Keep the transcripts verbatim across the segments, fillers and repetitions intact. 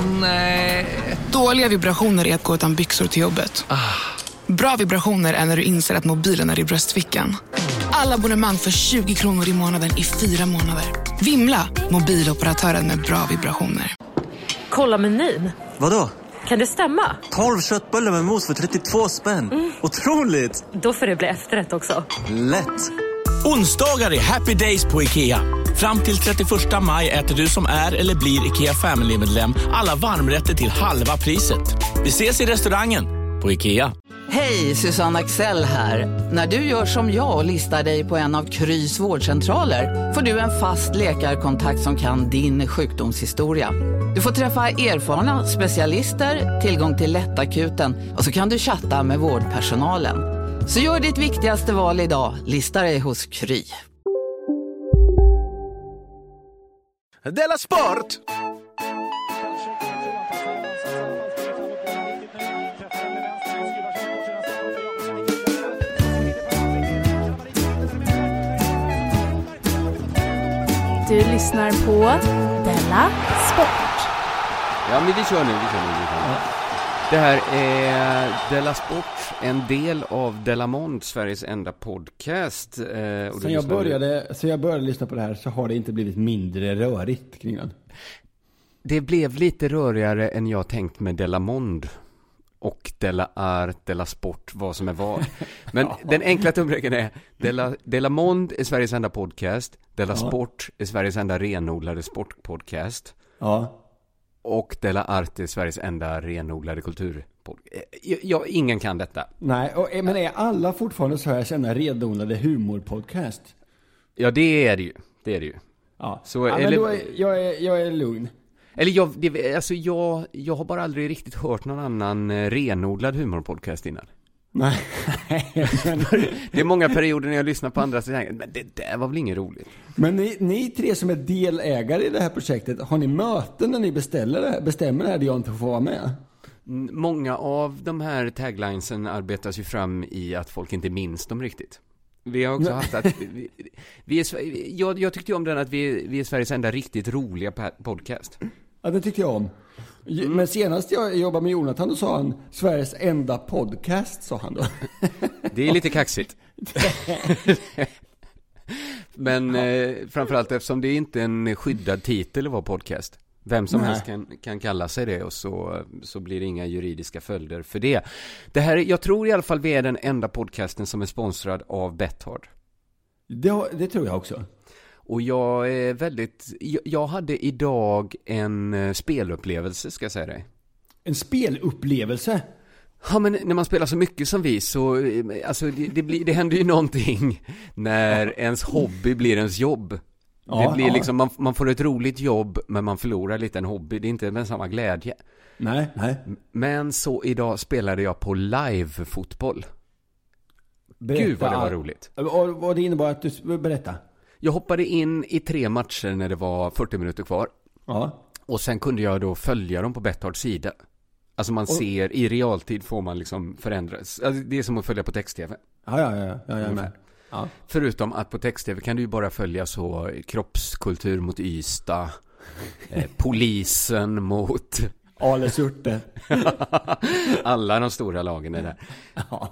Nej. Dåliga vibrationer är att gå utan byxor till jobbet. Ah. Bra vibrationer är när du inser att mobilen är i bröstfickan. Alla abonnemang för tjugo kronor i månaden i fyra månader. Vimla, mobiloperatören med bra vibrationer. Kolla menyn. Vadå? Kan det stämma? tolv köttbullar med mos för trettiotvå spänn. Mm. Otroligt! Då får det bli efterrätt också. Lätt! Onsdagar är happy days på IKEA. Fram till trettioförsta maj äter du som är eller blir IKEA Family-medlem alla varmrätter till halva priset. Vi ses i restaurangen på IKEA. Hej, Susanne Axel här. När du gör som jag och listar dig på en av Krys vårdcentraler får du en fast läkarkontakt som kan din sjukdomshistoria. Du får träffa erfarna specialister, tillgång till lättakuten och så kan du chatta med vårdpersonalen. Så gör ditt viktigaste val idag, lista dig hos Kry. Della Sport! Du lyssnar på Della Sport. Ja, men vi kör nu, vi kör nu. Vi kör nu. Det här är Della Sport, en del av Della Mond, Sveriges enda podcast. Eh, och sen, jag började, sen jag började lyssna på det här så har det inte blivit mindre rörigt kring den. Det blev lite rörigare än jag tänkt med Della Mond och Della Art, Della Sport, vad som är vad. Men ja. Den enkla tumregeln är Della, Della Mond är Sveriges enda podcast, Della ja. Sport är Sveriges enda renodlade sportpodcast. Ja. Och Della Art är Sveriges enda renodlade kulturpodcast. Ja, ingen kan detta. Nej, och, men är alla fortfarande Sveriges enda renodlade humorpodcast? Ja, det är det ju. Det är det ju. Ja, så, ja eller, men då är, jag, är, jag är lugn. Eller jag, det, alltså jag, jag har bara aldrig riktigt hört någon annan renodlad humorpodcast innan. Nej. Det är många perioder när jag lyssnar på andra så tänker jag, men det där var väl inget roligt. Men ni, ni tre som är delägare i det här projektet, har ni möten när ni beställer det här, bestämmer det här där jag inte får vara med? Många av de här taglinesen arbetas ju fram i att folk inte minns dem riktigt. Vi har också haft att vi, vi är, jag, jag tyckte ju om den att vi, vi är Sveriges enda riktigt roliga podcast. Ja, det tyckte jag om. Men senast jag jobbade med Jonathan då sa han Sveriges enda podcast, sa han då. Det är lite kaxigt. Men eh, framförallt eftersom det är inte en skyddad titel att vara podcast. Vem som Nej. helst kan, kan kalla sig det och så, så blir det inga juridiska följder för det. Det här, jag tror i alla fall vi är den enda podcasten som är sponsrad av Betthard. Det, det tror jag också. Och jag är väldigt... Jag, jag hade idag en uh, spelupplevelse, ska jag säga dig. En spelupplevelse? Ja, men när man spelar så mycket som vi så... Alltså, det, det, blir, det händer ju någonting när ja. ens hobby blir ens jobb. Ja, det blir ja. liksom, man, man får ett roligt jobb men man förlorar lite en hobby. Det är inte med samma glädje. Nej, nej. Men så idag spelade jag på live-fotboll. Berätta. Gud vad det var roligt. Och vad det innebar att du berätta. Jag hoppade in i tre matcher när det var fyrtio minuter kvar. Ja. Och sen kunde jag då följa dem på Bethards sida. Alltså man och... ser, i realtid får man liksom förändras. Alltså det är som att följa på text-tv. Ja, ja, ja. ja, ja, ja. Ja. Förutom att på text-tv kan du ju bara följa så kroppskultur mot Ystad, eh, polisen mot Ale Surte. Alla de stora lagen är där. Ja.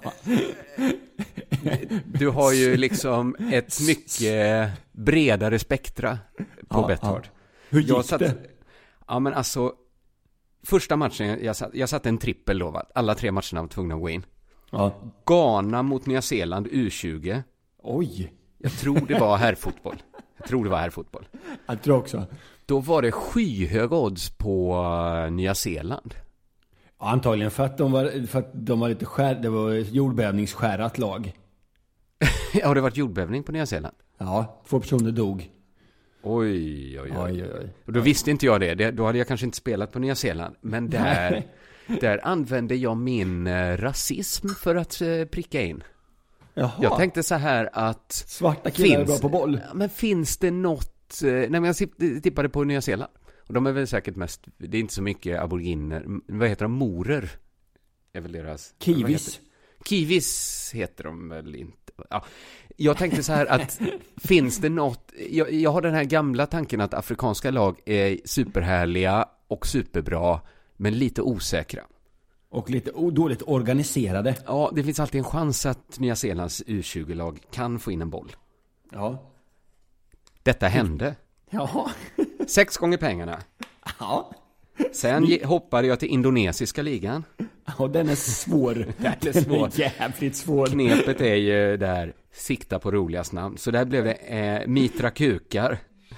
Du har ju liksom ett mycket bredare spektra på ja, Betthard. Ja. Hur gick jag satt, det? Ja, men alltså första matchen, jag satt, jag satt en trippel då, va? Alla tre matcherna var tvungna att gå in. Ja. Ghana mot Nya Zeeland U tjugo. Oj. Jag tror det var herrfotboll. Jag tror det var herrfotboll. Jag tror också. Då var det skyhöga odds på Nya Zeeland. Ja, antagligen för att de var, för att de var lite skär, det var jordbävningsskärat lag. Ja, har det varit jordbävning på Nya Zeeland? Ja, två personer dog. Oj, oj, oj. oj, oj. Och då visste inte jag det. det. Då hade jag kanske inte spelat på Nya Zeeland. Men där, där använde jag min eh, rasism för att eh, pricka in. Jaha. Jag tänkte så här att... Svarta killar är bra på boll. Men finns det något... Eh, nej, men jag tippade på Nya Zeeland. Och de är väl säkert mest... Det är inte så mycket aboriginer. Vad heter de? Morer? Är väl deras... Kiwis. Heter? Kiwis heter de väl inte. Ja. Jag tänkte så här att finns det något... Jag, jag har den här gamla tanken att afrikanska lag är superhärliga och superbra, men lite osäkra. Och lite dåligt organiserade. Ja, det finns alltid en chans att Nya Zeelands U tjugo-lag kan få in en boll. Ja. Detta hände. Ja. Sex gånger pengarna. Ja. Sen ge- hoppade jag till indonesiska ligan. Ja, den är svår. Den är svår. Jävligt svår. Knepet är ju där, sikta på roligast namn. Så där blev det eh, Mitra Kukar.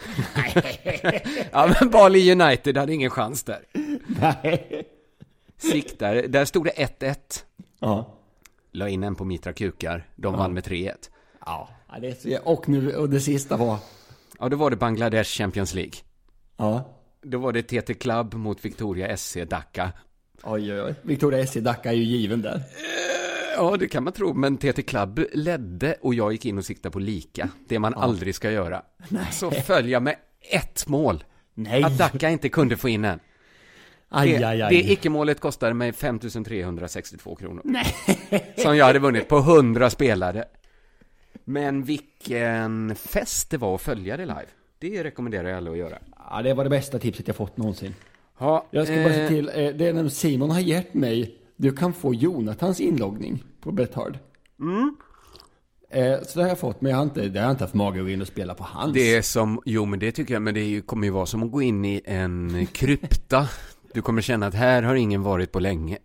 Ja, men Bali United hade ingen chans där. Nej. Siktar, där stod det ett ett. Ja. La in en på Mitra Kukar. De Ja. vann med tre ett. Ja, det är så, och, nu, och det sista var... Ja, då var det Bangladesh Champions League. Ja. Då var det T T Club mot Victoria S C Dhaka. Oj, oj, oj. Victoria S C Dhaka är ju given där. Ja, det kan man tro. Men T T Club ledde och jag gick in och siktade på lika. Det man ja. aldrig ska göra. Nej. Så föll jag med ett mål. Nej. Att Dhaka inte kunde få in en. Aj, det, aj, aj. det icke-målet kostade mig fem tusen trehundrasextiotvå kronor. Nej. Som jag hade vunnit på hundra spelare. Men vilken fest det var att följa det live. Det rekommenderar jag alla att göra. Ja, det var det bästa tipset jag fått någonsin. Ja, jag ska eh... bara se till, eh, det är när Simon har gett mig, du kan få Jonathans inloggning på Betthard. Mm. Eh, så det har jag fått, men jag har inte, det har jag inte haft mage att gå in och spela på hans. Det är som, jo men det tycker jag, men det är ju, kommer ju vara som att gå in i en krypta. Du kommer känna att här har ingen varit på länge.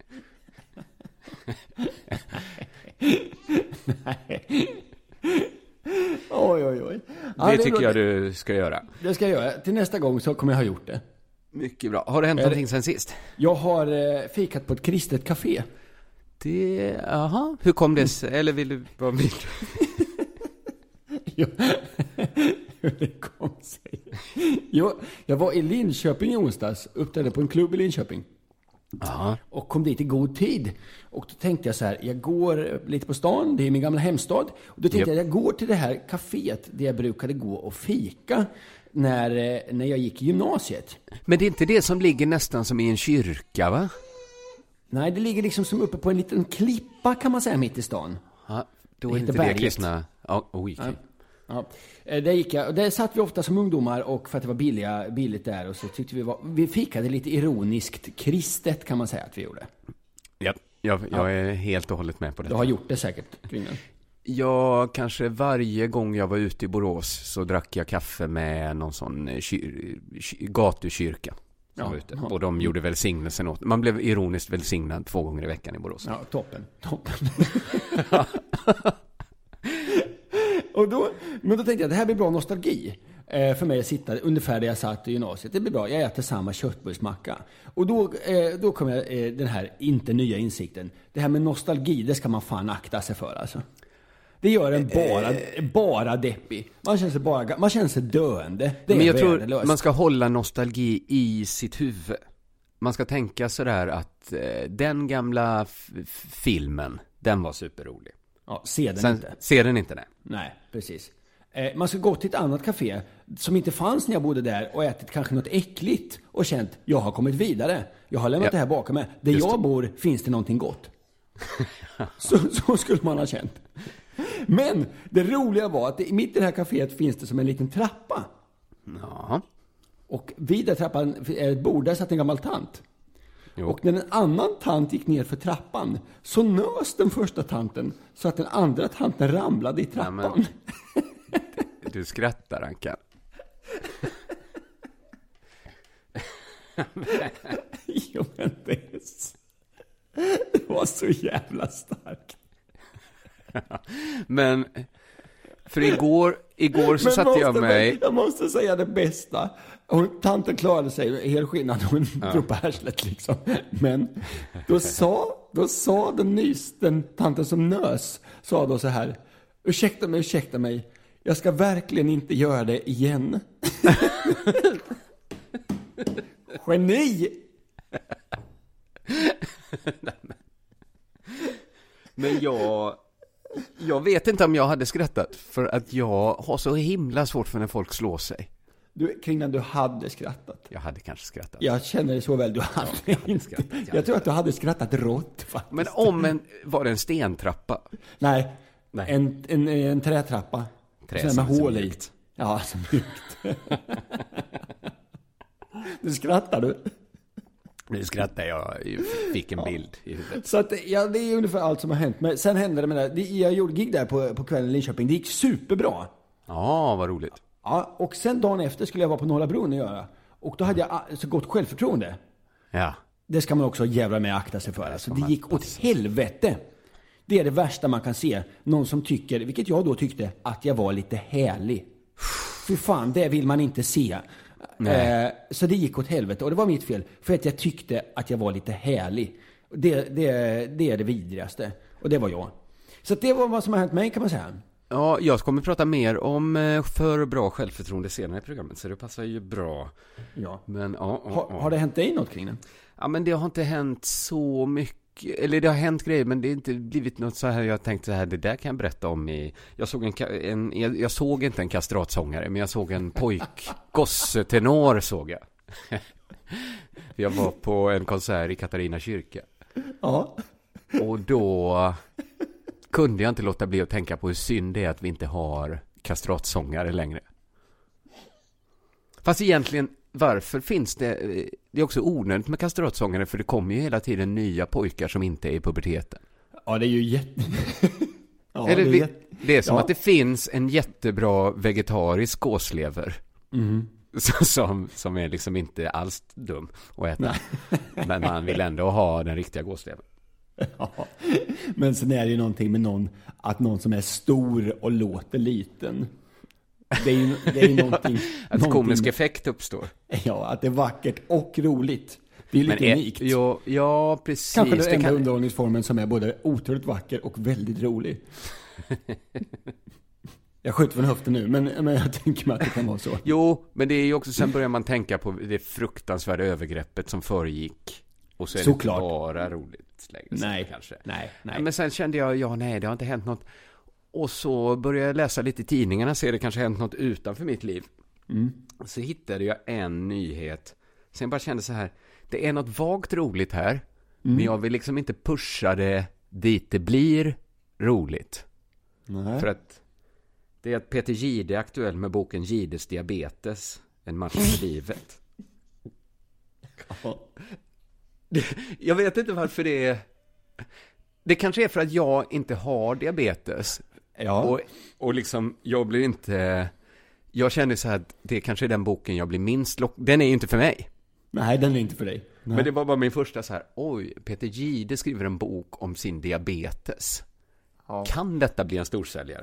Nej. Oj, oj, oj. Ja, det, det tycker då, jag du ska göra. Det ska jag göra. Till nästa gång så kommer jag ha gjort det. Mycket bra. Har det hänt är någonting det... sen sist? Jag har eh, fikat på ett kristet café. Det, aha. Hur kom det sig? Eller vill du, vad vill du? Hur det kom sig? Jo, jag var i Linköping i onsdags. Uppträdde på en klubb i Linköping. Aha. Och kom dit i god tid. Och då tänkte jag så här, jag går lite på stan, det är min gamla hemstad. Och då tänkte yep. jag, jag går till det här kaféet där jag brukade gå och fika när, när jag gick i gymnasiet. Men det är inte det som ligger nästan som i en kyrka, va? Nej, det ligger liksom som uppe på en liten klippa kan man säga mitt i stan. Ja, då är det inte det kristna. Ja, oj. Ja. Ja. Där gick jag, och där satt vi ofta som ungdomar och för att det var billiga, billigt där och så tyckte vi var, vi fikade lite ironiskt kristet kan man säga att vi gjorde. Ja, jag, jag är helt och hållet med på det. Du har gjort det säkert, Kringen. Ja, kanske varje gång jag var ute i Borås så drack jag kaffe med någon sån kyr, kyr, gatukyrka. Ja, ute. Ja. Och de gjorde välsignelsen åt. Man blev ironiskt välsignad två gånger i veckan i Borås. Ja, toppen. Toppen. Och då, men då tänkte jag, det här blir bra nostalgi eh, för mig att sitta ungefär där jag satt i gymnasiet. Det blir bra, jag äter samma köttbullsmacka. Och då, eh, då kom jag eh, den här inte nya insikten. Det här med nostalgi, det ska man fan akta sig för alltså. Det gör en bara, eh. bara deppig. Man känner sig, bara, man känner sig döende. Det men jag är tror man ska hålla nostalgi i sitt huvud. Man ska tänka sådär att eh, den gamla f- filmen, den var superrolig. Ja, se den Sen, inte. Se den inte, nej. Nej, precis. Eh, man ska gå till ett annat café som inte fanns när jag bodde där och ätit kanske något äckligt och känt, jag har kommit vidare. Jag har lämnat ja. det här bakom mig. Där Just jag det. bor finns det någonting gott. så, så skulle man ha känt. Men det roliga var att det, mitt i det här kaféet finns det som en liten trappa. Ja. Och vid den trappan är ett bord, där satt en gammal tant. Jo. Och när en annan tant gick ner för trappan så nös den första tanten så att den andra tanten ramlade i trappan. Ja, men, du skrattar, Anka. Jo, men det, det var så jävla starkt. Men för igår, igår så men satte måste, jag mig... Jag måste säga det bästa. Och tanten klarade sig helskinnad. Hon ja. drog på härslet liksom. Men då sa, då sa den nys, den tanten som nös, sa då så här: ursäkta mig, ursäkta mig. Jag ska verkligen inte göra det igen. Geni! Men jag... Jag vet inte om jag hade skrattat, för att jag har så himla svårt för när folk slår sig. Du, Kringlan, du hade skrattat. Jag hade kanske skrattat. Jag känner det så väl, du hade, ja, jag hade skrattat. Jag, jag tror att du hade skrattat rått faktiskt. Men om en, var det en stentrappa? Nej, Nej. En, en, en trätrappa. Trä med som, hål som i. Ja, som mjukt. Du skrattar du? Nu skrattar jag, fick en bild i huvudet. Så att, ja, det är ungefär allt som har hänt. Men sen hände det med det, det jag gjorde gig där på, på kvällen i Linköping. Det gick superbra. Ja, vad roligt. Ja, och sen dagen efter skulle jag vara på Norra Bron och göra. Och då hade jag så gott självförtroende. Ja. Det ska man också jävla med akta sig för. Alltså, det gick åt helvete. Det är det värsta man kan se. Någon som tycker, vilket jag då tyckte, att jag var lite härlig. För fan, det vill man inte se. Eh, så det gick åt helvete. Och det var mitt fel. För att jag tyckte att jag var lite härlig. Det, det, det är det vidrigaste. Och det var jag. Så det var vad som har hänt mig, kan man säga. Ja, jag kommer prata mer om för bra självförtroende senare i programmet. Så det passar ju bra. Ja. Men, ja, ja, har, ja. har det hänt dig något kring det? Ja, men det har inte hänt så mycket. Eller det har hänt grejer, men det har inte blivit något så här. Jag tänkte så här, det där kan jag berätta om i... Jag såg, en, en, jag, jag såg inte en kastratsångare, men jag såg en pojk-gosse-tenor såg jag. Jag var på en konsert i Katarina kyrka. Ja. Och då kunde jag inte låta bli att tänka på hur synd det är att vi inte har kastratsångare längre. Fast egentligen, varför finns det... Det är också onödigt med kastratsångare, för det kommer ju hela tiden nya pojkar som inte är i puberteten. Ja, det är ju jätte... ja, Eller, det, är jätte... det är som ja. att det finns en jättebra vegetarisk gåslever. Mm. Som, som är liksom inte alls dum att äta. Men man vill ändå ha den riktiga gåslevern. Ja. Men sen är det ju någonting med någon, att någon som är stor och låter liten. Det är ju, det är ju någonting... Att någonting, komisk effekt uppstår. Ja, att det är vackert och roligt. Det är ju lite Men är, unikt. Ja, ja, precis. Kanske den det enda kan... underhållningsformen som är både otroligt vacker och väldigt rolig. Jag skjuter från höften nu, men, men jag tänker mig att det kan vara så. Jo, men det är ju också, sen börjar man tänka på det fruktansvärda övergreppet som föregick. Och så är så det inte klart. bara roligt längre. Nej, kanske. nej, nej. Men sen kände jag, ja nej, det har inte hänt något. Och så började jag läsa lite i tidningarna, så är det kanske hänt något utanför mitt liv. Mm. Så hittade jag en nyhet. Sen bara kände så här, det är något vagt roligt här. Mm. Men jag vill liksom inte pusha det dit det blir roligt. Nej. För att det är att Peter Jihde är aktuell med boken Jihdes diabetes. En match för livet. Ja. Det, jag vet inte varför det är... Det kanske är för att jag inte har diabetes. Ja. Och, och liksom, jag blir inte... Jag känner så här att det kanske är den boken jag blir minst lock... Den är ju inte för mig. Nej, den är inte för dig. Nej. Men det var bara min första så här, oj, Peter Jihde skriver en bok om sin diabetes. Ja. Kan detta bli en storsäljare?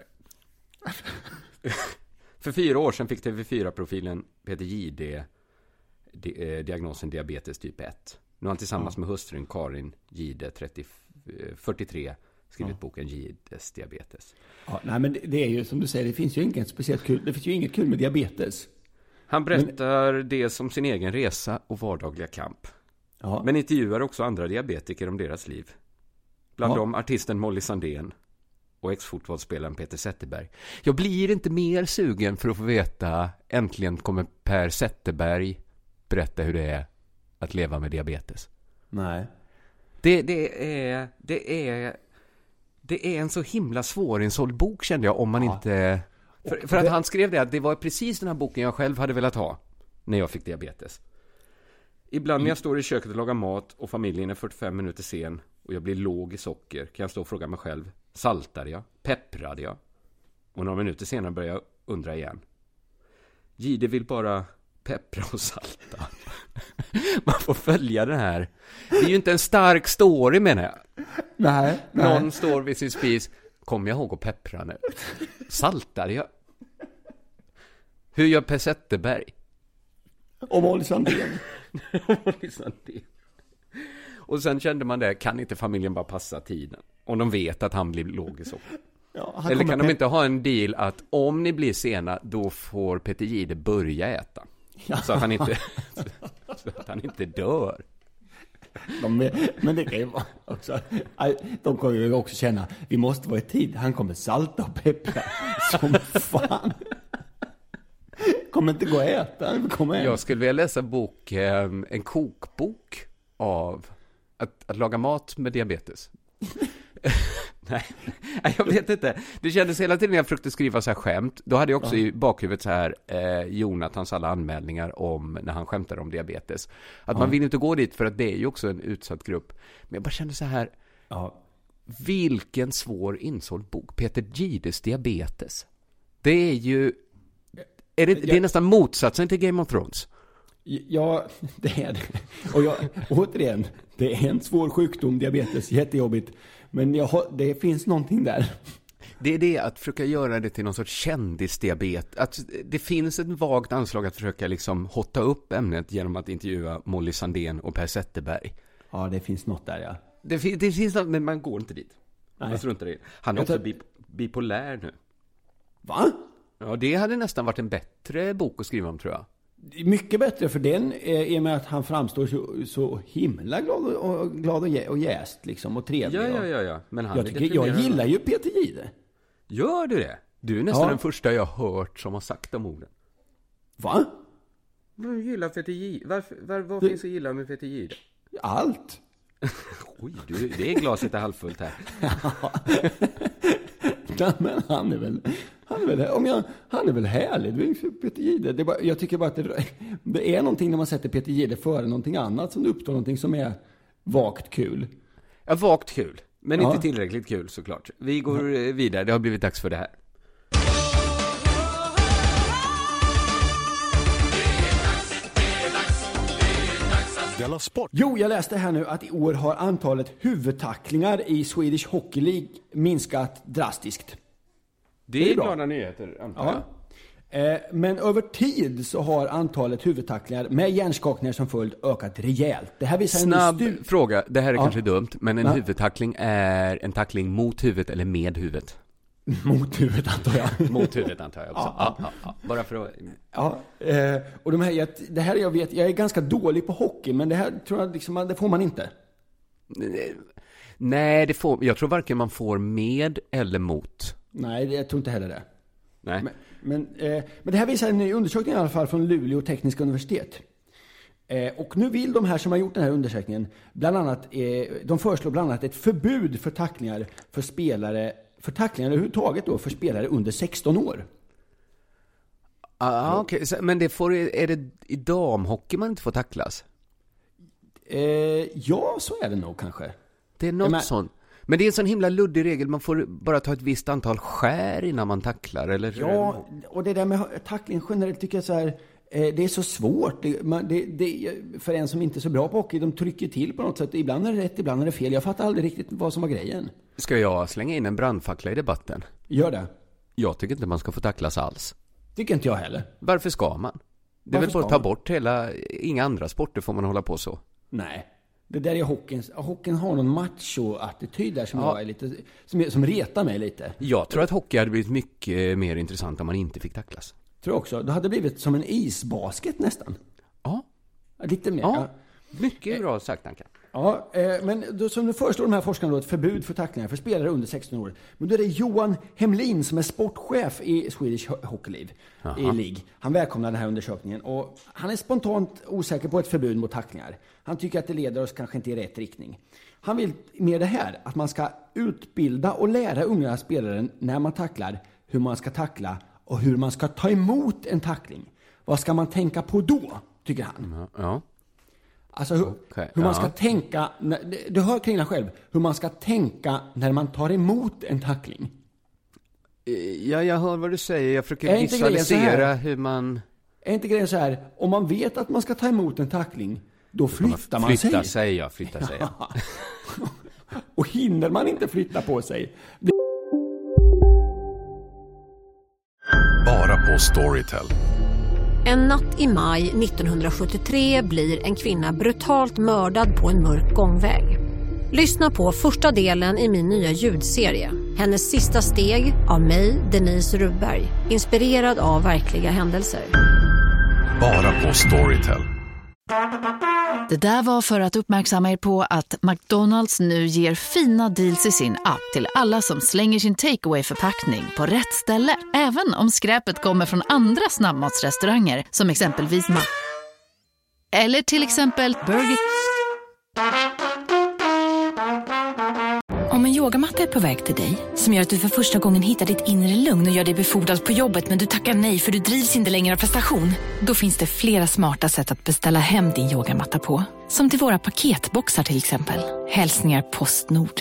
För fyra år sedan fick T V fyra-profilen Peter Jihde di- diagnosen diabetes typ ett. Nu har han tillsammans ja. med hustrun Karin Jihde, trettio, fyrtiotre, skrivit ja. boken Jihdes diabetes. Ja, nej, men det, det är ju som du säger, det finns ju inget speciellt kul. Det finns ju inget kul med diabetes. Han berättar men... det som sin egen resa och vardagliga kamp. Ja. Men intervjuar också andra diabetiker om deras liv. Bland ja. dem artisten Molly Sandén och ex-fotbollsspelaren Peter Zetterberg. Jag blir inte mer sugen för att få veta, äntligen kommer Per Zetterberg berätta hur det är att leva med diabetes. Nej. Det, det, är, det, är, det är en så himla svårinsåld bok, kände jag, om man ja. inte... För, för att han skrev det att det var precis den här boken jag själv hade velat ha när jag fick diabetes. Ibland när jag står i köket och lagar mat och familjen är fyrtiofem minuter sen och jag blir låg i socker, kan jag stå och fråga mig själv, saltade jag? Pepprade jag? Och några minuter senare börjar jag undra igen. Jihde vill bara peppra och salta. Man får följa den här. Det är ju inte en stark story, menar jag. Nej, Någon nej. står vid sin spis. Kommer jag ihåg att peppra nu? Saltade jag? Hur gör Per Zetterberg? Och Molly Sandén. Molly Sandén. Och sen kände man det, kan inte familjen bara passa tiden? Om de vet att han blir låg i socker. Ja, eller kan de inte ha en deal att om ni blir sena, då får Peter Jihde börja äta? Ja. Så att han inte så att han inte dör. De, men det kan ju vara också, de kommer ju också känna, vi måste vara i tid, han kommer salta och peppra som fan. Kommer inte gå att äta. Kommer jag skulle vilja läsa bok, en kokbok av att, att laga mat med diabetes. Nej, jag vet inte. Det kändes hela tiden när jag försökte skriva så här skämt. Då hade jag också ja. i bakhuvudet så här eh, Jonathans alla anmälningar om när han skämtar om diabetes. Att ja. man vill inte gå dit för att det är ju också en utsatt grupp. Men jag bara kände så här, ja. vilken svår insåld bok. Peter Gides diabetes. Det är ju, är det, det är nästan motsatsen till Game of Thrones. Ja, det är det. Och jag, återigen, det är en svår sjukdom, diabetes, jättejobbigt. Men jag har, det finns någonting där. Det är det att försöka göra det till någon sorts kändisdiabet. Att det finns ett vagt anslag att försöka liksom hotta upp ämnet genom att intervjua Molly Sandén och Per Zetterberg. Ja, det finns något där, ja. Det, fin- det finns något, men man går inte dit. Nej. Man struntar i. Han är också bip- bipolär nu. Va? Ja, det hade nästan varit en bättre bok att skriva om, tror jag. Mycket bättre för den, i och med att han framstår så, så himla glad och, glad och, jä, och jäst liksom, och trevlig. Ja, ja, ja, ja. Men han jag, tycker, jag gillar ju Peter Gide. Gör du det? Du är nästan ja. den första jag har hört som har sagt de orden. Va? Vad gillar Peter Gide? Varför, var, vad du... finns att gilla med Peter Gide? Allt. Oj, du, det är glaset är halvfullt här. Ja, men han är väl, han är väl, om jag, han är väl härlig, du är Peter Gide. Det är bara, jag tycker bara att det, det är någonting när man sätter Peter Gide före någonting annat som det uppstår någonting som är vagt kul. Ja, vagt kul, men ja. inte tillräckligt kul såklart. Vi går ja. vidare, det har blivit dags för det här. Sport. Jo, jag läste här nu att i år har antalet huvudtacklingar i Swedish Hockey League minskat drastiskt. Det är, det är glada nyheter, antar jag. Ja. Men över tid så har antalet huvudtacklingar med hjärnskakningar som följd ökat rejält. Det här visar Snabb en stu- fråga, det här är ja. kanske dumt, men en ja. huvudtackling är en tackling mot huvudet eller med huvudet? Mot huvudet antar jag. Mot huvudet antar jag också. Ja, ja, ja. Bara för att... Ja, eh, och de här, det här jag vet, jag är ganska dålig på hockey, men det här tror jag liksom, det får man inte. Nej, det får, jag tror varken man får med eller mot. Nej, jag tror inte heller det. Nej. Men, men, eh, men det här visar en ny undersökning i alla fall från Luleå tekniska universitet. Eh, och nu vill de här som har gjort den här undersökningen bland annat, eh, de föreslår bland annat ett förbud för tacklingar för spelare, för tacklingar överhuvudtaget då för spelare under sexton år. Ah, okej. Okay. Men det får, är det i damhockey man inte får tacklas? Eh, ja, så är det nog kanske. Det är något men, sånt. Men det är en sån himla luddig regel. Man får bara ta ett visst antal skär innan man tacklar, eller? Ja, och det där med tackling generellt tycker jag så här, eh, det är så svårt. Det, man, det, det, för en som inte är så bra på hockey, de trycker till på något sätt. Ibland är det rätt, ibland är det fel. Jag fattar aldrig riktigt vad som var grejen. Ska jag slänga in en brandfackla i debatten? Gör det. Jag tycker inte man ska få tacklas alls. Tycker inte jag heller. Varför ska man? Det är väl bara att ta bort hela... Inga andra sporter får man hålla på så. Nej. Det där är hockeyn. Hockeyn har någon macho-attityd där som, ja. jag är lite, som, som retar mig lite. Jag tror att hockey hade blivit mycket mer intressant om man inte fick tacklas. Tror jag också. Det hade blivit som en isbasket nästan. Ja. Lite mer. Ja. Mycket bra sagt, Anka. Ja, eh, men då, som nu föreslår de här forskarna då ett förbud för tacklingar för spelare under sexton år. Men då är det Johan Hemlin som är sportchef i Swedish Hockey League, i League. Han välkomnar den här undersökningen och han är spontant osäker på ett förbud mot tacklingar. Han tycker att det leder oss kanske inte i rätt riktning. Han vill med det här att man ska utbilda och lära unga spelare när man tacklar hur man ska tackla och hur man ska ta emot en tackling. Vad ska man tänka på då, tycker han. Ja. Alltså hur, okay, hur man ja. ska tänka, du hör Carina själv, hur man ska tänka när man tar emot en tackling. Ja, jag hör vad du säger. Jag försöker visualisera hur man... Är inte grejen så här, om man vet att man ska ta emot en tackling, då flyttar man, flytta sig. sig. Ja, flytta sig, ja. Och hinner man inte flytta på sig. Det... Bara på Storytel. En natt i maj nittonhundrasjuttiotre blir en kvinna brutalt mördad på en mörk gångväg. Lyssna på första delen i min nya ljudserie. Hennes sista steg av mig, Denise Rubberg. Inspirerad av verkliga händelser. Bara på Storytel. Det där var för att uppmärksamma er på att McDonald's nu ger fina deals i sin app till alla som slänger sin takeaway-förpackning på rätt ställe. Även om skräpet kommer från andra snabbmatsrestauranger som exempelvis Ma... Eller till exempel Burger... Om en yogamatta är på väg till dig, som gör att du för första gången hittar ditt inre lugn och gör dig befordrad på jobbet, men du tackar nej för du drivs inte längre av prestation. Då finns det flera smarta sätt att beställa hem din yogamatta på. Som till våra paketboxar till exempel. Hälsningar Postnord.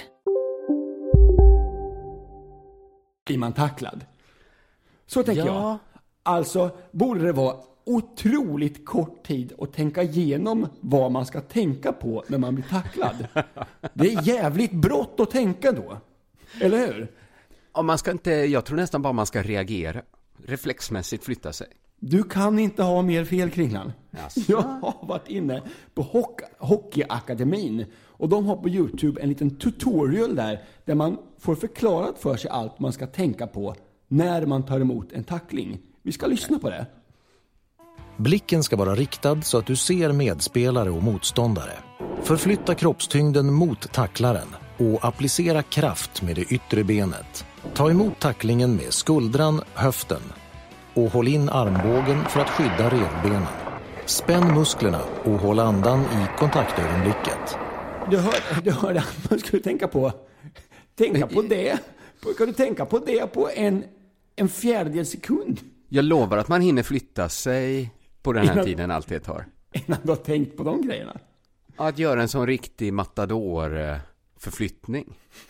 Blir man tacklad? Så tänker Ja. jag. Alltså, borde det vara otroligt kort tid att tänka igenom vad man ska tänka på när man blir tacklad. Det är jävligt brått att tänka då. Eller hur? Ja, man ska inte, jag tror nästan bara man ska reagera. Reflexmässigt flytta sig. Du kan inte ha mer fel, Kringlan. Jaså. Jag har varit inne på Hock- Hockeyakademin. Och de har på YouTube en liten tutorial där. Där man får förklarat för sig allt man ska tänka på när man tar emot en tackling. Vi ska lyssna på det. Blicken ska vara riktad så att du ser medspelare och motståndare. Förflytta kroppstyngden mot tacklaren och applicera kraft med det yttre benet. Ta emot tacklingen med skuldran, höften och håll in armbågen för att skydda revbenen. Spänn musklerna och håll andan i kontaktögonblicket. Du hör, du hörde att man skulle tänka på tänka på det. Kan du tänka på det på en, en fjärdedel sekund? Jag lovar att man hinner flytta sig på den här Innan- tiden allt det tar. Innan du har tänkt på de grejerna. Att göra en sån riktig matador-förflyttning.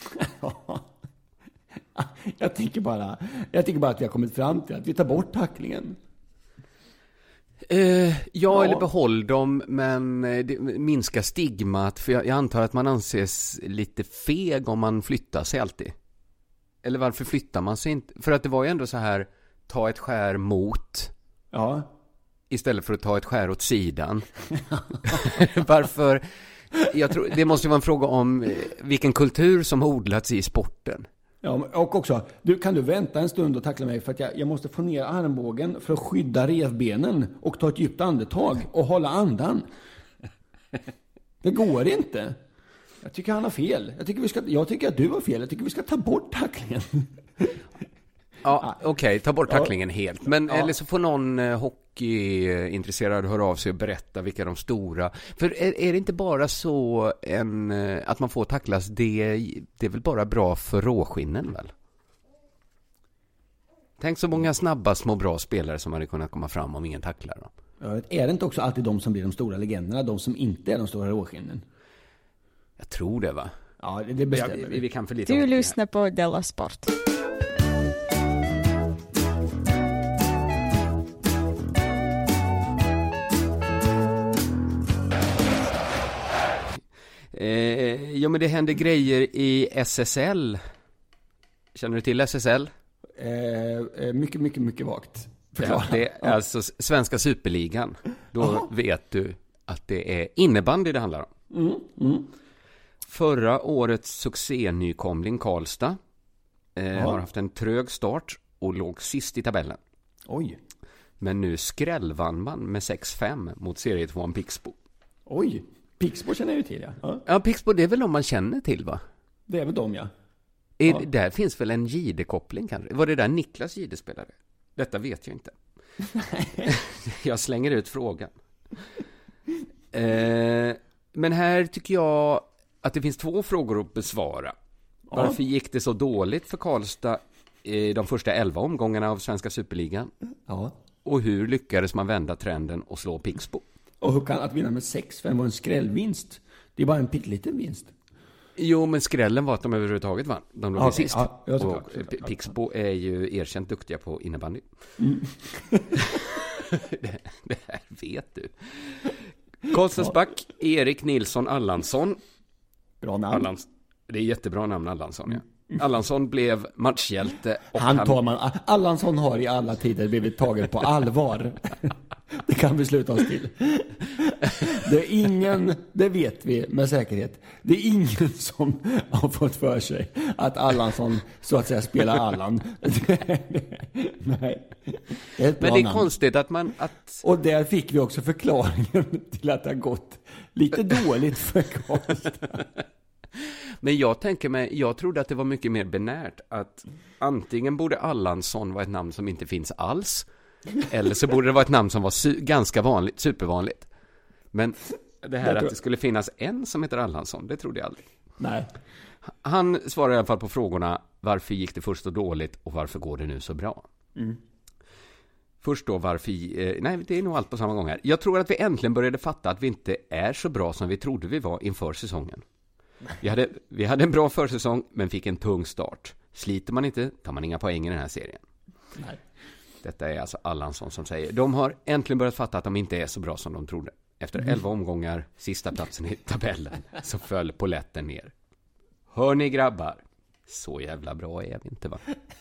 Jag tänker bara, jag tänker bara att vi har kommit fram till att vi tar bort tacklingen. Eh, ja, Ja. eller behåll dem, men eh, det minskar stigmat. För jag, jag antar att man anses lite feg om man flyttar sig alltid. Eller varför flyttar man sig inte? För att det var ju ändå så här, ta ett skär mot. Ja. Istället för att ta ett skär åt sidan. Varför? Jag tror, det måste ju vara en fråga om eh, vilken kultur som har odlats i sporten. Ja, och också, du, kan du vänta en stund och tackla mig för att jag, jag måste få ner armbågen för att skydda revbenen och ta ett djupt andetag och hålla andan. Det går inte. Jag tycker han har fel. Jag tycker, vi ska, jag tycker att du har fel. Jag tycker vi ska ta bort tacklingen. Ja, okej, okay, ta bort tacklingen ja. helt. Men Ja. eller så får någon eh, hockeyintresserad höra av sig och berätta vilka de stora. För är, är det inte bara så en, eh, att man får tacklas, det, det är väl bara bra för råskinnen väl? Tänk så många snabba, små, bra spelare som hade kunnat komma fram om ingen tacklar dem. Ja, är det inte också alltid de som blir de stora legenderna, de som inte är de stora råskinnen? Jag tror det, va? Ja, det, det bestämmer ja, vi. vi. Vi kan för lite Du hockey. lyssnar på Della Sport. Eh, ja, men det händer grejer i S S L. Känner du till S S L? Eh, mycket, mycket, mycket vagt. Ja, det är alltså svenska superligan. Då Aha. vet du att det är innebandy det handlar om. Mm, mm. Förra årets succé-nykomling Karlstad eh, har haft en trög start och låg sist i tabellen. Oj. Men nu skrällvann man med sex fem mot serietvåan Pixbo. Oj, Pixbo känner jag ju till, ja. Ja, ja Pixbo, det är väl de man känner till, va? Det är väl de, ja. Är, ja. Där finns väl en Gide-koppling kanske? Var det där Niklas Gide spelade? Detta vet jag inte. Jag slänger ut frågan. Eh, men här tycker jag att det finns två frågor att besvara. Ja. Varför gick det så dåligt för Karlstad i de första elva omgångarna av Svenska Superligan? Ja. Och hur lyckades man vända trenden och slå Pixbo? Och hur kan att vinna med sex fem var en skrällvinst? Det är bara en pytteliten vinst. Jo, men skrällen var att de överhuvudtaget vann. De låg okay. sist. Ja, jag och Pixbo är ju erkänt duktiga på innebandy. Mm. det, det här vet du. Karlstadsback, Erik Nilsson Allansson. Bra namn. Allans, det är jättebra namn, Allansson, ja. Allansson blev matchhjälte. Och han tar man, Allansson har i alla tider blivit taget på allvar. Det kan vi sluta oss till. Det är ingen, det vet vi med säkerhet. Det är ingen som har fått för sig att Allansson så att säga spelar Allan. Nej. Det är ett bra Men det är namn. konstigt att man... Att... Och där fick vi också förklaringen till att det har gått lite dåligt för Karlstad. Men jag tänker mig, jag trodde att det var mycket mer benärt att antingen borde Allansson vara ett namn som inte finns alls, eller så borde det vara ett namn som var su- ganska vanligt, supervanligt. Men det här att det skulle finnas en som heter Allansson, det trodde jag aldrig. Nej. han svarar i alla fall på frågorna: varför gick det först så dåligt och varför går det nu så bra? Mm. Först då varför, eh, nej det är nog allt på samma gång här. Jag tror att vi äntligen började fatta att vi inte är så bra som vi trodde vi var inför säsongen. Vi hade, vi hade en bra försäsong men fick en tung start. Sliter man inte tar man inga poäng i den här serien. Nej. Detta är alltså Allansson som säger. De har äntligen börjat fatta att de inte är så bra som de trodde. Efter Mm. elva omgångar, sista platsen i tabellen, så föll polletten ner. Hör ni grabbar? Så jävla bra är vi inte, va?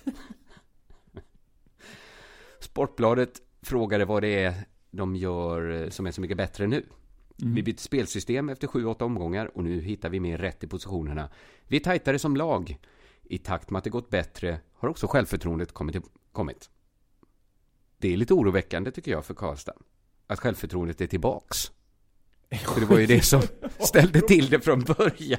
Sportbladet frågade vad det är de gör som är så mycket bättre nu. Mm. Vi bytte spelsystem efter sju åtta omgångar och nu hittar vi mer rätt i positionerna. Vi är tajtare som lag. I takt med att det gått bättre har också självförtroendet kommit. kommit. Det är lite oroväckande tycker jag för Karlstad. Att självförtroendet är tillbaks. För det var ju det som ställde till det från början.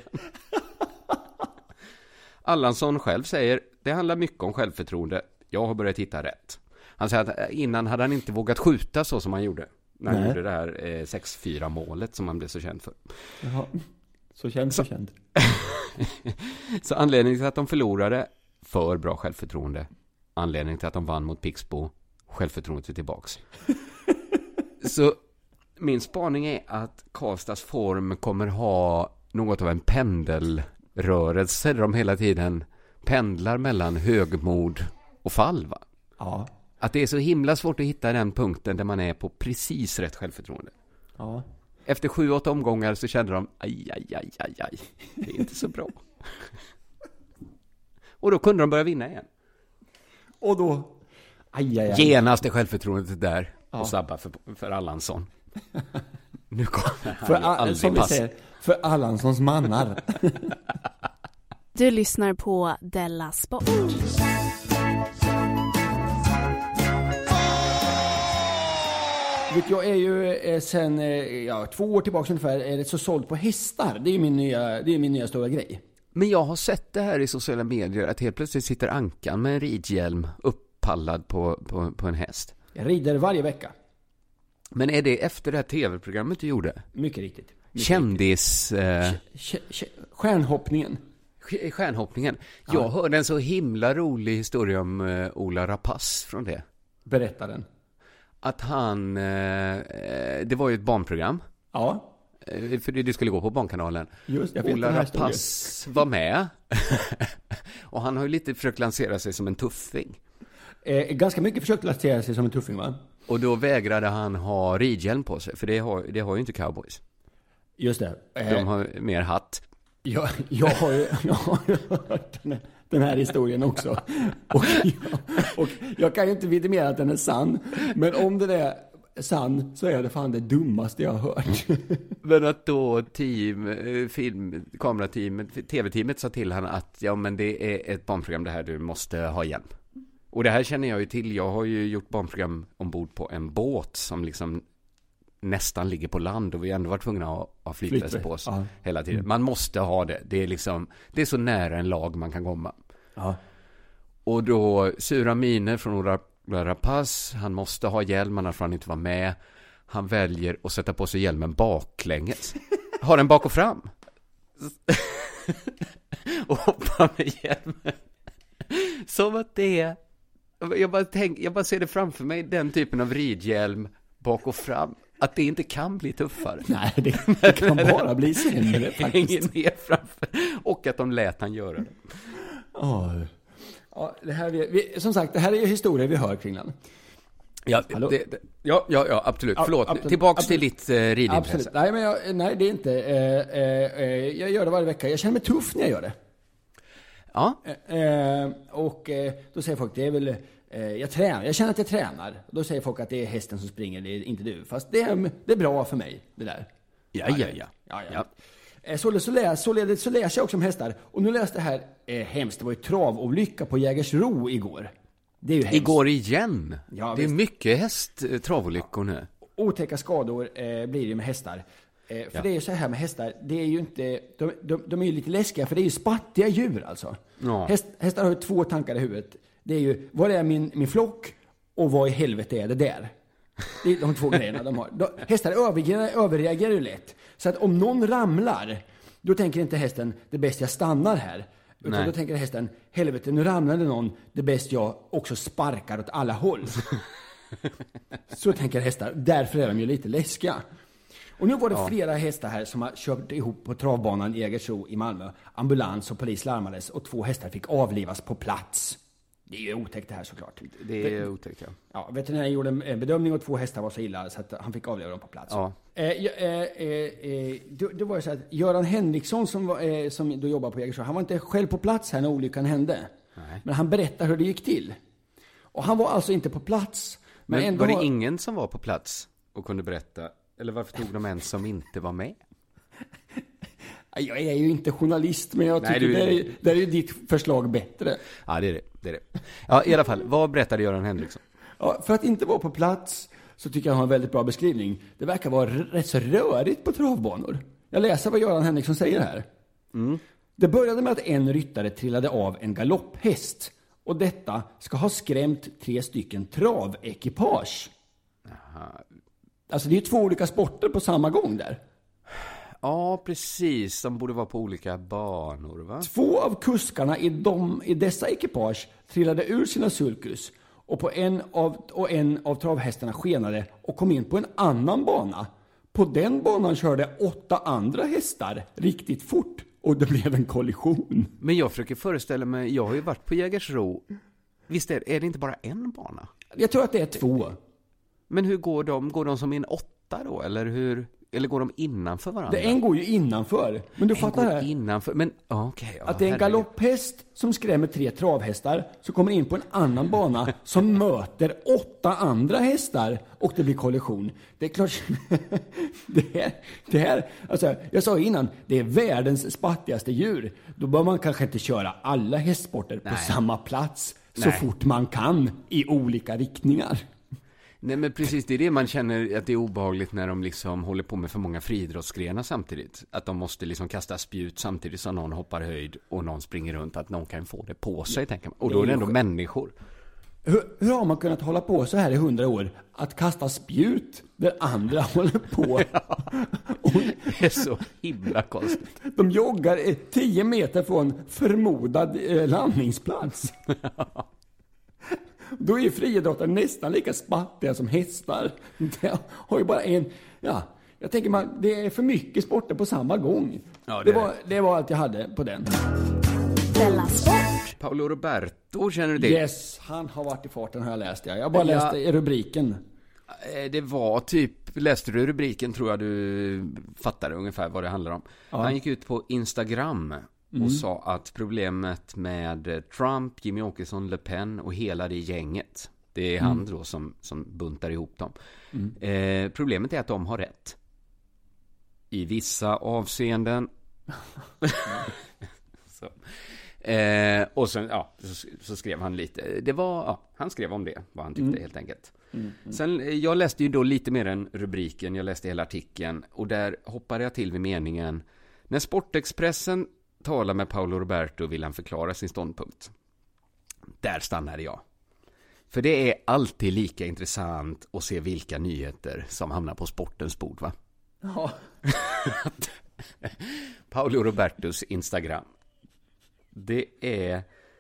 Allansson själv säger, det handlar mycket om självförtroende. Jag har börjat hitta rätt. Han säger att innan hade han inte vågat skjuta så som han gjorde. När han Nej. gjorde det här eh, sex fyra målet som han blev så känd för. Jaha. Så känd, så känd. Så anledningen till att de förlorade, för bra självförtroende. Anledningen till att de vann mot Pixbo, självförtroendet är tillbaks. Så min spaning är att Karlstads form kommer ha något av en pendelrörelse där de hela tiden pendlar mellan högmod och fall, va? Ja. Att det är så himla svårt att hitta den punkten där man är på precis rätt självförtroende. Ja. Efter sju, åtta omgångar så kände de aj, aj, aj, aj, aj. Det är inte så bra. Och då kunde de börja vinna igen. Och då aj, aj, aj. Genast är självförtroendet där Ja. och sabba för, för Allansson. Nu kommer han för, ju aldrig som vi passa. säger, för Allanssons mannar. Du lyssnar på Della Sport. Jag är ju eh, sen eh, ja, två år tillbaka ungefär är det så såld på hästar. Det är min nya, det är min nya stora grej. Men jag har sett det här i sociala medier att helt plötsligt sitter Ankan med en ridhjälm upppallad på, på, på en häst. Jag rider varje vecka. Men är det efter det här tv-programmet du gjorde? Mycket riktigt. Mycket Kändis... Eh... Sk- sk- stjärnhoppningen. Stjärnhoppningen. Jag Ja. hörde en så himla rolig historia om eh, Ola Rapace från det. Berätta den. Att han... Eh, det var ju ett barnprogram. Ja. Eh, för det, det skulle gå på Barnkanalen. Just, jag vet Ola den här Rapace var med. Och han har ju lite försökt lansera sig som en tuffing. Eh, ganska mycket försökt lansera sig som en tuffing, va? Och då vägrade han ha ridhjälm på sig. För det har, det har ju inte cowboys. Just det. Eh, De har mer hatt. jag, jag, har ju, jag har ju hört den här, den här historien också. Och jag, och jag kan ju inte vidimera att den är sann. Men om den är sann så är det fan det dummaste jag har hört. Men att då team, eh, film, kamerateamet, tv-teamet sa till han att ja men det är ett barnprogram det här, du måste ha hjälm. Och det här känner jag ju till. Jag har ju gjort barnprogram ombord på en båt som liksom nästan ligger på land och vi har ändå varit tvungna att ha flytväst på oss Ja. hela tiden. Man måste ha det. Det är liksom, det är så nära en lag man kan komma. Ja. Och då sura miner från Ola Rapace, han måste ha hjälm annars får han inte vara med. Han väljer att sätta på sig hjälmen baklänges. Har den bak och fram. Och hoppar med hjälmen. Som att det är... Jag bara, tänk, jag bara ser det framför mig, den typen av ridhjälm bak och fram. Att det inte kan bli tuffare. Nej, det, det kan bara bli sämre faktiskt. Hänger ner framför. Och att de lät han göra det. Oh. Ja, det här vi, vi, som sagt, det här är ju historier vi hör kring den. Ja, det, det, ja, ja, ja, absolut. Förlåt, absolut, tillbaks absolut. till ditt eh, ridintresse. Absolut. Nej, men jag, nej, det är inte. Eh, eh, jag gör det varje vecka. Jag känner mig tuff när jag gör det. Ja. Eh, och eh, då säger folk, det är väl... Eh, jag tränar. Jag känner att jag tränar. Då säger folk att det är hästen som springer, det är inte du. Fast det är, det är bra för mig, det där. Ja, ja, ja. ja, ja. ja. Således så, läs, således så läser jag också om hästar. Och nu läste jag här, eh, hemskt, det var ju travolycka på Jägersro igår. Det är ju hemskt. Igår igen. Ja, det är visst. mycket häst eh, travolyckor nu. Otäcka skador eh, blir det med hästar. Eh, för Ja. det är ju så här med hästar, det är ju inte, de, de, de är ju lite läskiga för det är ju spattiga djur alltså. Ja. Häst, hästar har ju två tankar i huvudet. Det är ju, vad är min, min flock och vad i helvete är det där? Det är de två grejerna de har. De, hästar överreagerar, överreagerar ju lätt. Så att om någon ramlar, Då tänker inte hästen, det är bäst jag stannar här. Utan Nej. då tänker hästen, helvete, nu ramlade någon, det är bäst jag också sparkar åt alla håll. Så tänker hästar, därför är de ju lite läskiga. Och nu var det Ja. flera hästar här som har kört ihop på travbanan i Jägersro i Malmö. Ambulans och polis larmades och två hästar fick avlivas på plats. Det är ju otäckt det här såklart. Det är otäckt, ja. Ja, veterinären gjorde en bedömning och två hästar var så illa så att han fick avliva dem på plats. Ja. Eh, ja, eh, eh, eh, det, det var ju så att Göran Henriksson som, var, eh, som då jobbar på Jägersro, han var inte själv på plats här när olyckan hände. Nej. Men han berättar hur det gick till. Och han var alltså inte på plats. Men, Men ändå var det ingen som var på plats och kunde berätta? Eller varför tog de en som inte var med? Jag är ju inte journalist, men jag Nej, tycker du- det är, det är ju ditt förslag bättre. Ja, det är det. det, är det. Ja, i alla fall. Vad berättade Göran Henriksson? Ja, för att inte vara på plats så tycker jag han har en väldigt bra beskrivning. Det verkar vara r- rätt så rörigt på travbanor. Jag läser vad Göran Henriksson säger här. Mm. Det började med att en ryttare trillade av en galopphäst. Och detta ska ha skrämt tre stycken travekipage. Alltså det är ju två olika sporter på samma gång där. Ja, precis. De borde vara på olika banor, va? Två av kuskarna i, de, i dessa ekipage trillade ur sina sulkus. Och, på en av, och en av travhästarna skenade och kom in på en annan bana. På den banan körde åtta andra hästar riktigt fort. Och det blev en kollision. Men jag försöker föreställa mig, jag har ju varit på Jägersro. Visst är, är det inte bara en bana? Jag tror att det är två. Men hur går de? Går de som en åtta då? Eller hur? Eller går de innanför varandra? Det en går ju innanför. Men du En fattar går det? innanför. Men, ja, okej. ja, Att det är en herregud. galopphäst som skrämmer tre travhästar som kommer in på en annan bana som möter åtta andra hästar och det blir kollision. Det är klart. det här, det här, alltså, jag sa innan, det är världens spattigaste djur. Då bör man kanske inte köra alla hästsporter på Nej. samma plats så Nej. fort man kan i olika riktningar. Nej, men precis, det är det man känner att det är obehagligt när de liksom håller på med för många friidrottsgrenar samtidigt. Att de måste liksom kasta spjut samtidigt som någon hoppar höjd och någon springer runt, att någon kan få det på sig, tänker man. Och då är det ändå människor. Hur, hur har man kunnat hålla på så här i hundra år? Att kasta spjut där andra håller på. Det är så himla konstigt. De joggar eh, tio meter från förmodad eh, landningsplats. Då är ju friidrottare nästan lika spattiga som hästar. De har ju bara en, ja, jag tänker man, det är för mycket sporter på samma gång. Ja, det det, är var, det var allt jag hade på den. Della Sport. Paolo Roberto, känner du det? Yes, han har varit i farten, har jag läst. Jag, jag bara Ja. läste i rubriken. Eh, Det var typ, läste du rubriken tror jag du fattade ungefär vad det handlar om. Ja. Han gick ut på Instagram och Mm. sa att problemet med Trump, Jimmy Åkesson, Le Pen och hela det gänget, det är han Mm. då som, som buntar ihop dem. Mm. Eh, problemet är att de har rätt. I vissa avseenden. så. Eh, och sen, ja, så, så skrev han lite. Det var, ja, han skrev om det, vad han tyckte Mm. helt enkelt. Mm. Mm. Sen, eh, jag läste ju då lite mer än rubriken, jag läste hela artikeln. Och där hoppade jag till vid meningen: när Sportexpressen talar med Paolo Roberto vill han förklara sin ståndpunkt. Där stannade jag. För det är alltid lika intressant att se vilka nyheter som hamnar på sportens bord, va? Ja. Paolo Robertos Instagram. Det är...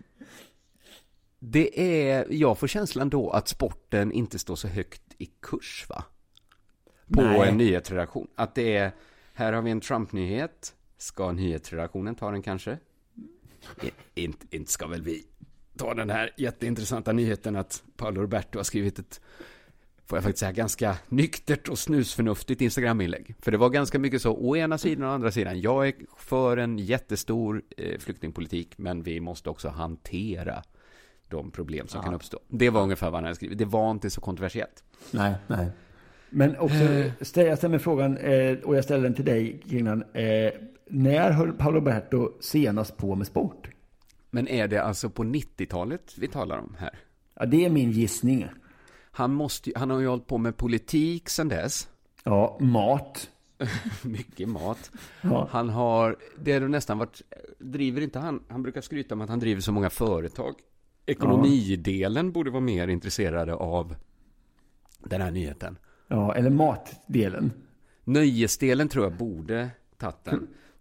Det är... Jag får känslan då att sporten inte står så högt i kurs, va? På Nej. en nyhetsredaktion. Att det är... Här har vi en Trump-nyhet. Ska nyhetsredaktionen ta den kanske? I, inte, inte ska väl vi ta den här jätteintressanta nyheten att Paolo Roberto har skrivit ett, får jag faktiskt säga, ganska nyktert och snusförnuftigt Instagram-inlägg. För det var ganska mycket så, å ena sidan och å andra sidan. Jag är för en jättestor eh, flyktingpolitik, men vi måste också hantera de problem som Ja. kan uppstå. Det var ungefär vad han hade skrivit. Det var inte så kontroversiellt. Nej, nej. Men också, Eh. ställ, jag ställer mig frågan, eh, och jag ställer den till dig, Kringlan. Eh, när höll Paolo Roberto senast på med sport? Men är det alltså på nittiotalet vi talar om här? Ja, det är min gissning. Han, måste, han har ju hållit på med politik sedan dess. Ja, mat. Mycket mat. Ja. Han har, det har nästan varit, driver inte han, han brukar skryta om att han driver så många företag. Ekonomidelen borde vara mer intresserade av den här nyheten. Ja, eller matdelen. Nöjesdelen tror jag borde tagit den. Men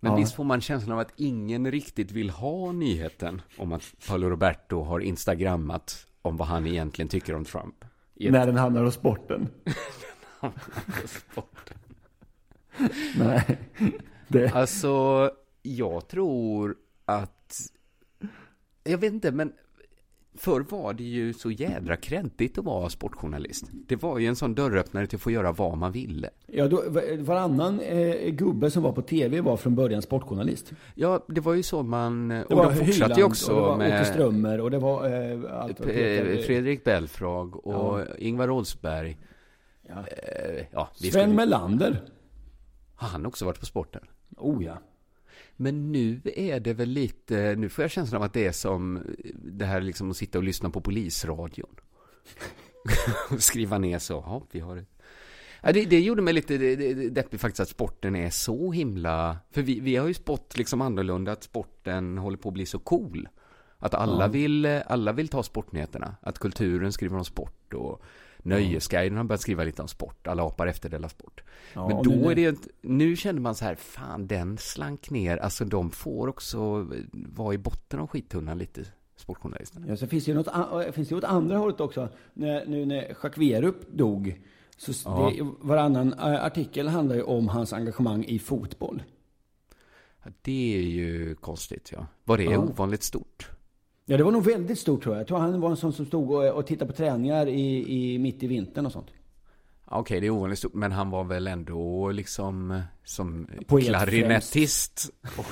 Men Ja. visst får man känslan av att ingen riktigt vill ha nyheten om att Paolo Roberto har instagrammat om vad han egentligen tycker om Trump. Ett... När den handlar om sporten. sporten. Nej. Det... Alltså, jag tror att... Jag vet inte, men förr var det ju så jädra kreddigt att vara sportjournalist. Det var ju en sån dörröppnare till att få göra vad man ville. Ja, då, varannan eh, gubbe som var på tv var från början sportjournalist. Ja, det var ju så man... Det och var de fortsatte Hyland, ju också och det var med... Åke Strömmer och det var eh, allt vad det heter. Fredrik Belfrag och Ja. Ingvar Oldsberg. Ja. Eh, ja, Sven skulle... Melander. Har han också varit på sporten? Oh ja. Men nu är det väl lite... Nu får jag känslan av att det är som det här liksom att sitta och lyssna på polisradion. Och skriva ner så. Ja, vi har det. Ja, det, det gjorde mig lite det, det, deppig faktiskt att sporten är så himla... För vi, vi har ju spott liksom annorlunda att sporten håller på att bli så cool. Att alla, Ja. vill, alla vill ta sportnyheterna. Att kulturen skriver om sport och Nöjesguiden har börjat skriva lite om sport. Alla apar efter Della Sport. Ja, Men och då nu- är det ju... Nu känner man så här, fan den slank ner. Alltså de får också vara i botten av skittunnan lite, sportjournalisterna. Ja, så finns det ju något, a- finns det ju åt andra hållet också. När, nu när Jacques Werup dog, så s- Ja. det, varannan eh, artikel handlar ju om hans engagemang i fotboll. Ja, det är ju konstigt, ja. Var det Ja. ovanligt stort? Ja, det var nog väldigt stort tror jag. Jag tror han var en sån som stod och, och tittade på träningar i, i mitt i vintern och sånt. Okej, okay, det är ovanligt stort, men han var väl ändå liksom som Poet klarinettist.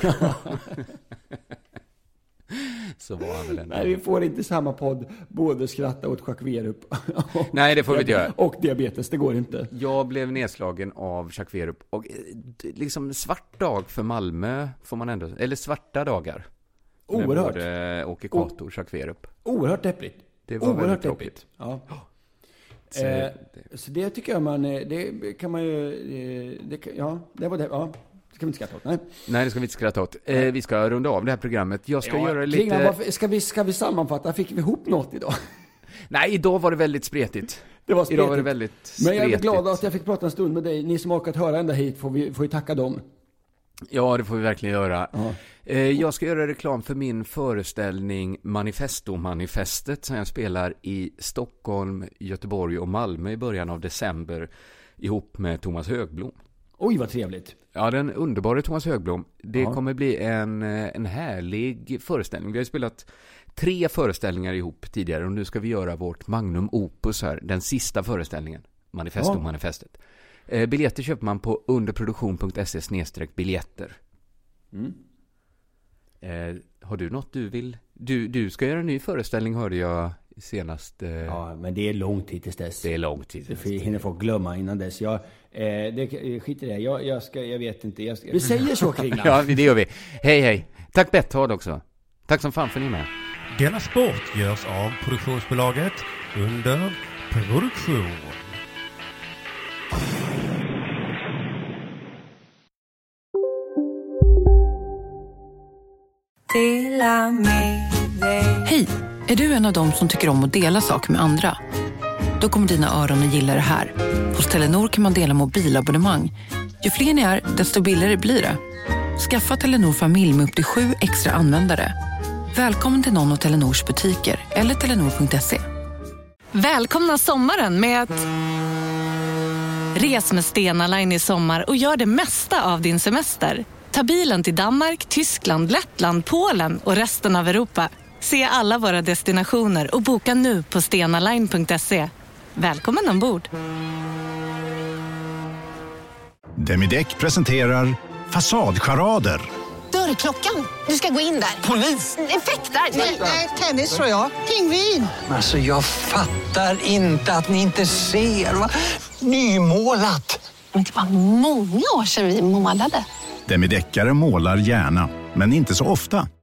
Så var han väl ändå. Nej, vi får inte samma podd både skratta åt Jacques Werup och, Nej, det får vi inte göra. och diabetes, det går inte. Jag blev nedslagen av Jacques Werup och eh, liksom svart dag för Malmö får man ändå, eller svarta dagar. Oerhört. Med både Åke Cato och Jacques Werup. Oerhört deppligt. Det var Oerhört väldigt deppigt. tråkigt. Ja. Så, Eh, så det tycker jag man, eh, det kan man ju, eh, det, kan- ja, det var det, ja, det ska vi inte skratta åt, nej. Nej, det ska vi inte skratta åt. Eh, vi ska runda av det här programmet. Jag ska Ja, göra Kringlan, lite... varför- ska, vi, ska vi sammanfatta, fick vi ihop något idag? Nej, idag var det väldigt spretigt. Det var spretigt. Idag var det väldigt spretigt. Men jag är glad att jag fick prata en stund med dig. Ni som har orkat höra ända hit får vi får ju tacka dem. Ja, det får vi verkligen göra. Ja. Eh, jag ska göra reklam för min föreställning Manifesto-manifestet som jag spelar i Stockholm, Göteborg och Malmö i början av december ihop med Thomas Högblom. Oj, vad trevligt. Ja, den underbara Thomas Högblom. Det Ja. kommer bli en, en härlig föreställning. Vi har ju spelat tre föreställningar ihop tidigare och nu ska vi göra vårt magnum opus här, den sista föreställningen, Manifesto-manifestet. Eh, biljetter köper man på underproduktion punkt se snedstreck biljetter. Mm. Eh, har du något du vill? Du, du ska göra en ny föreställning hörde jag senast. Eh, Ja, men det är lång tid tills dess. Det är lång tid. Det hinner folk glömma innan dess. Jag, eh, det skiter i det. Jag, jag, ska, jag vet inte. Jag ska, vi säger så, Kringlan. Ja, det gör vi. Hej, hej. Tack Betthard också. Tack som fan för ni med. Della Sport görs av produktionsbolaget Under Produktion. Hej! Är du en av dem som tycker om att dela saker med andra? Då kommer dina öron att gilla det här. Hos Telenor kan man dela mobilabonnemang. Ju fler ni är, desto billigare blir det. Skaffa Telenor familj med upp till sju extra användare. Välkommen till någon av Telenors butiker eller telenor punkt se. Välkomna sommaren med att... Res med Stena Line i sommar och gör det mesta av din semester. Ta bilen till Danmark, Tyskland, Lettland, Polen och resten av Europa. Se alla våra destinationer och boka nu på stena line punkt se. Välkommen ombord! Demideck presenterar Fasadcharader. Dörrklockan. Du ska gå in där. Polis? Effektar? Nej, tennis tror jag. Pingvin. Alltså jag fattar inte att ni inte ser. Va? Nymålat. Men det var många år sedan vi målade. Demideckare målar gärna, men inte så ofta.